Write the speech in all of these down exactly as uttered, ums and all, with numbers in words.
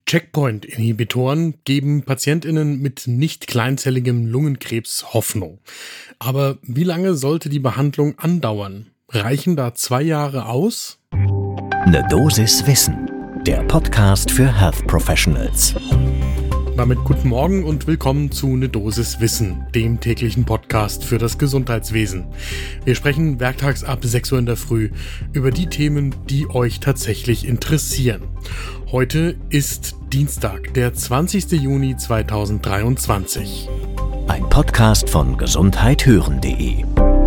Checkpoint-Inhibitoren geben PatientInnen mit nicht kleinzelligem Lungenkrebs Hoffnung. Aber wie lange sollte die Behandlung andauern? Reichen da zwei Jahre aus? Ne Dosis Wissen, der Podcast für Health Professionals. Damit guten Morgen und willkommen zu Ne Dosis Wissen, dem täglichen Podcast für das Gesundheitswesen. Wir sprechen werktags ab sechs Uhr in der Früh über die Themen, die euch tatsächlich interessieren. Heute ist Dienstag, der zwanzigster Juni zweitausenddreiundzwanzig. Ein Podcast von gesundheit hören punkt de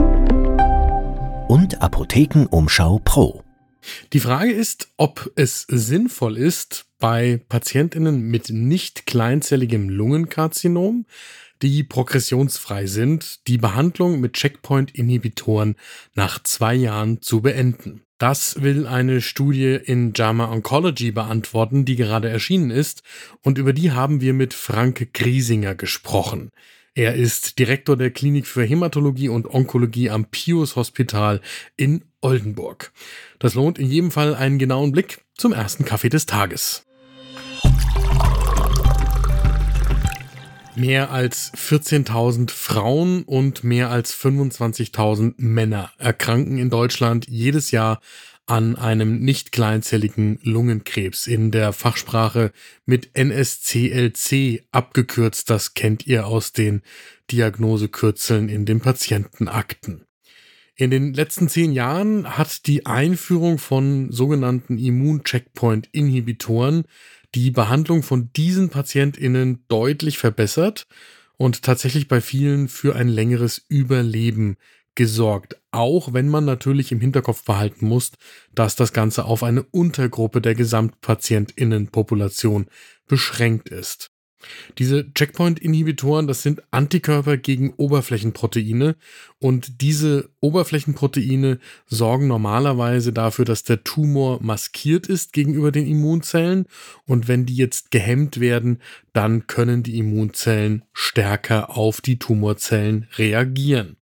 und Apothekenumschau Pro. Die Frage ist, ob es sinnvoll ist, bei PatientInnen mit nicht kleinzelligem Lungenkarzinom, die progressionsfrei sind, die Behandlung mit Checkpoint-Inhibitoren nach zwei Jahren zu beenden. Das will eine Studie in JAMA Oncology beantworten, die gerade erschienen ist, und über die haben wir mit Frank Griesinger gesprochen. Er ist Direktor der Klinik für Hämatologie und Onkologie am Pius Hospital in Oldenburg. Das lohnt in jedem Fall einen genauen Blick zum ersten Kaffee des Tages. Mehr als vierzehntausend Frauen und mehr als fünfundzwanzigtausend Männer erkranken in Deutschland jedes Jahr an einem nicht kleinzelligen Lungenkrebs, in der Fachsprache mit N S C L C abgekürzt. Das kennt ihr aus den Diagnosekürzeln in den Patientenakten. In den letzten zehn Jahren hat die Einführung von sogenannten Immun-Checkpoint-Inhibitoren die Behandlung von diesen PatientInnen deutlich verbessert und tatsächlich bei vielen für ein längeres Überleben gesorgt. Auch wenn man natürlich im Hinterkopf behalten muss, dass das Ganze auf eine Untergruppe der GesamtpatientInnenpopulation beschränkt ist. Diese Checkpoint-Inhibitoren, das sind Antikörper gegen Oberflächenproteine, und diese Oberflächenproteine sorgen normalerweise dafür, dass der Tumor maskiert ist gegenüber den Immunzellen, und wenn die jetzt gehemmt werden, dann können die Immunzellen stärker auf die Tumorzellen reagieren.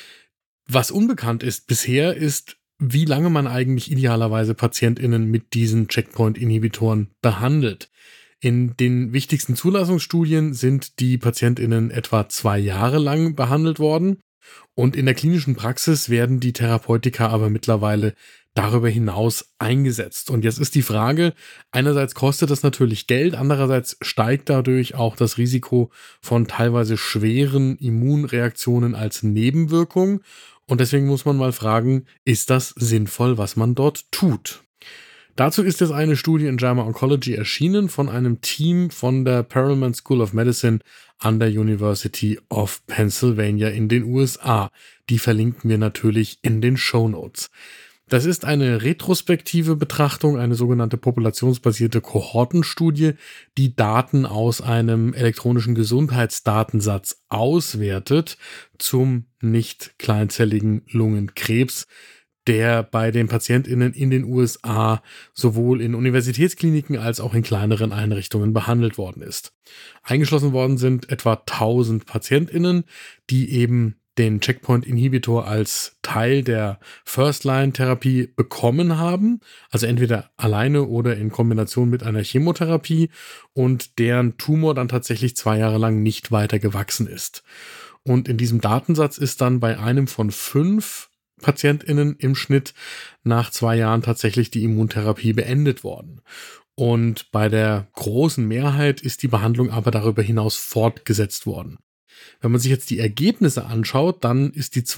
Was unbekannt ist bisher, ist, wie lange man eigentlich idealerweise PatientInnen mit diesen Checkpoint-Inhibitoren behandelt. In den wichtigsten Zulassungsstudien sind die PatientInnen etwa zwei Jahre lang behandelt worden, und in der klinischen Praxis werden die Therapeutika aber mittlerweile darüber hinaus eingesetzt. Und jetzt ist die Frage, einerseits kostet das natürlich Geld, andererseits steigt dadurch auch das Risiko von teilweise schweren Immunreaktionen als Nebenwirkung, und deswegen muss man mal fragen, ist das sinnvoll, was man dort tut? Dazu ist jetzt eine Studie in JAMA Oncology erschienen von einem Team von der Perelman School of Medicine an der University of Pennsylvania in den U S A. Die verlinken wir natürlich in den Shownotes. Das ist eine retrospektive Betrachtung, eine sogenannte populationsbasierte Kohortenstudie, die Daten aus einem elektronischen Gesundheitsdatensatz auswertet zum nicht kleinzelligen Lungenkrebs, der bei den PatientInnen in den U S A sowohl in Universitätskliniken als auch in kleineren Einrichtungen behandelt worden ist. Eingeschlossen worden sind etwa tausend PatientInnen, die eben den Checkpoint-Inhibitor als Teil der First-Line-Therapie bekommen haben, also entweder alleine oder in Kombination mit einer Chemotherapie, und deren Tumor dann tatsächlich zwei Jahre lang nicht weiter gewachsen ist. Und in diesem Datensatz ist dann bei einem von fünf PatientInnen im Schnitt nach zwei Jahren tatsächlich die Immuntherapie beendet worden. Und bei der großen Mehrheit ist die Behandlung aber darüber hinaus fortgesetzt worden. Wenn man sich jetzt die Ergebnisse anschaut, dann ist die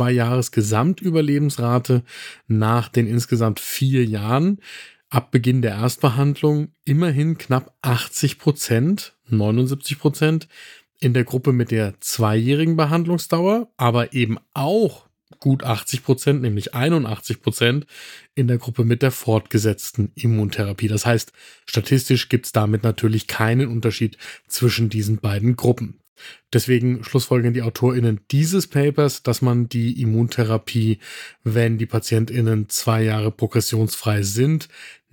Zwei-Jahres-Gesamtüberlebensrate nach den insgesamt vier Jahren ab Beginn der Erstbehandlung immerhin knapp achtzig Prozent, neunundsiebzig Prozent in der Gruppe mit der zweijährigen Behandlungsdauer, aber eben auch gut achtzig Prozent, nämlich einundachtzig Prozent in der Gruppe mit der fortgesetzten Immuntherapie. Das heißt, statistisch gibt es damit natürlich keinen Unterschied zwischen diesen beiden Gruppen. Deswegen schlussfolgern die AutorInnen dieses Papers, dass man die Immuntherapie, wenn die PatientInnen zwei Jahre progressionsfrei sind,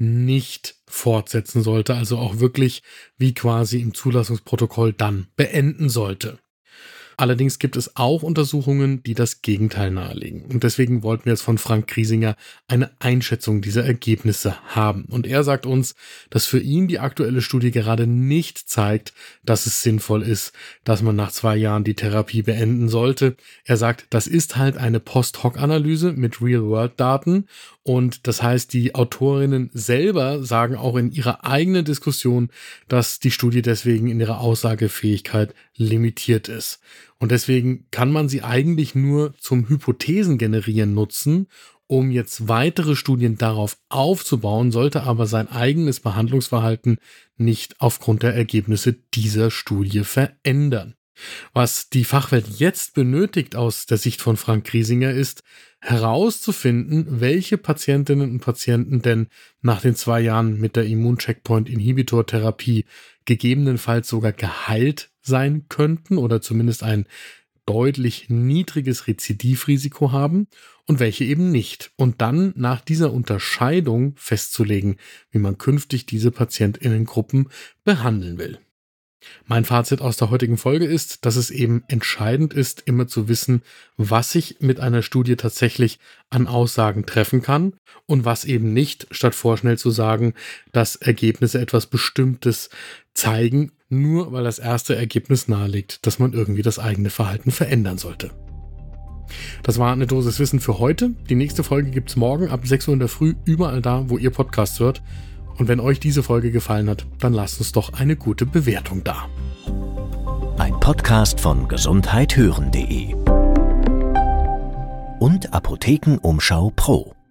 nicht fortsetzen sollte, also auch wirklich wie quasi im Zulassungsprotokoll dann beenden sollte. Allerdings gibt es auch Untersuchungen, die das Gegenteil nahelegen. Und deswegen wollten wir jetzt von Frank Griesinger eine Einschätzung dieser Ergebnisse haben. Und er sagt uns, dass für ihn die aktuelle Studie gerade nicht zeigt, dass es sinnvoll ist, dass man nach zwei Jahren die Therapie beenden sollte. Er sagt, das ist halt eine Post-Hoc-Analyse mit Real-World-Daten. Und das heißt, die Autorinnen selber sagen auch in ihrer eigenen Diskussion, dass die Studie deswegen in ihrer Aussagefähigkeit limitiert ist. Und deswegen kann man sie eigentlich nur zum Hypothesen generieren nutzen, um jetzt weitere Studien darauf aufzubauen, sollte aber sein eigenes Behandlungsverhalten nicht aufgrund der Ergebnisse dieser Studie verändern. Was die Fachwelt jetzt benötigt aus der Sicht von Frank Griesinger ist, herauszufinden, welche Patientinnen und Patienten denn nach den zwei Jahren mit der Immuncheckpoint-Inhibitor-Therapie gegebenenfalls sogar geheilt sein könnten oder zumindest ein deutlich niedriges Rezidivrisiko haben und welche eben nicht. Und dann nach dieser Unterscheidung festzulegen, wie man künftig diese PatientInnengruppen behandeln will. Mein Fazit aus der heutigen Folge ist, dass es eben entscheidend ist, immer zu wissen, was ich mit einer Studie tatsächlich an Aussagen treffen kann und was eben nicht, statt vorschnell zu sagen, dass Ergebnisse etwas Bestimmtes zeigen, nur weil das erste Ergebnis nahelegt, dass man irgendwie das eigene Verhalten verändern sollte. Das war eine Dosis Wissen für heute. Die nächste Folge gibt's morgen ab sechs Uhr in der Früh, überall da, wo ihr Podcasts hört. Und wenn euch diese Folge gefallen hat, dann lasst uns doch eine gute Bewertung da. Ein Podcast von gesundheit hören punkt de und Apothekenumschau Pro.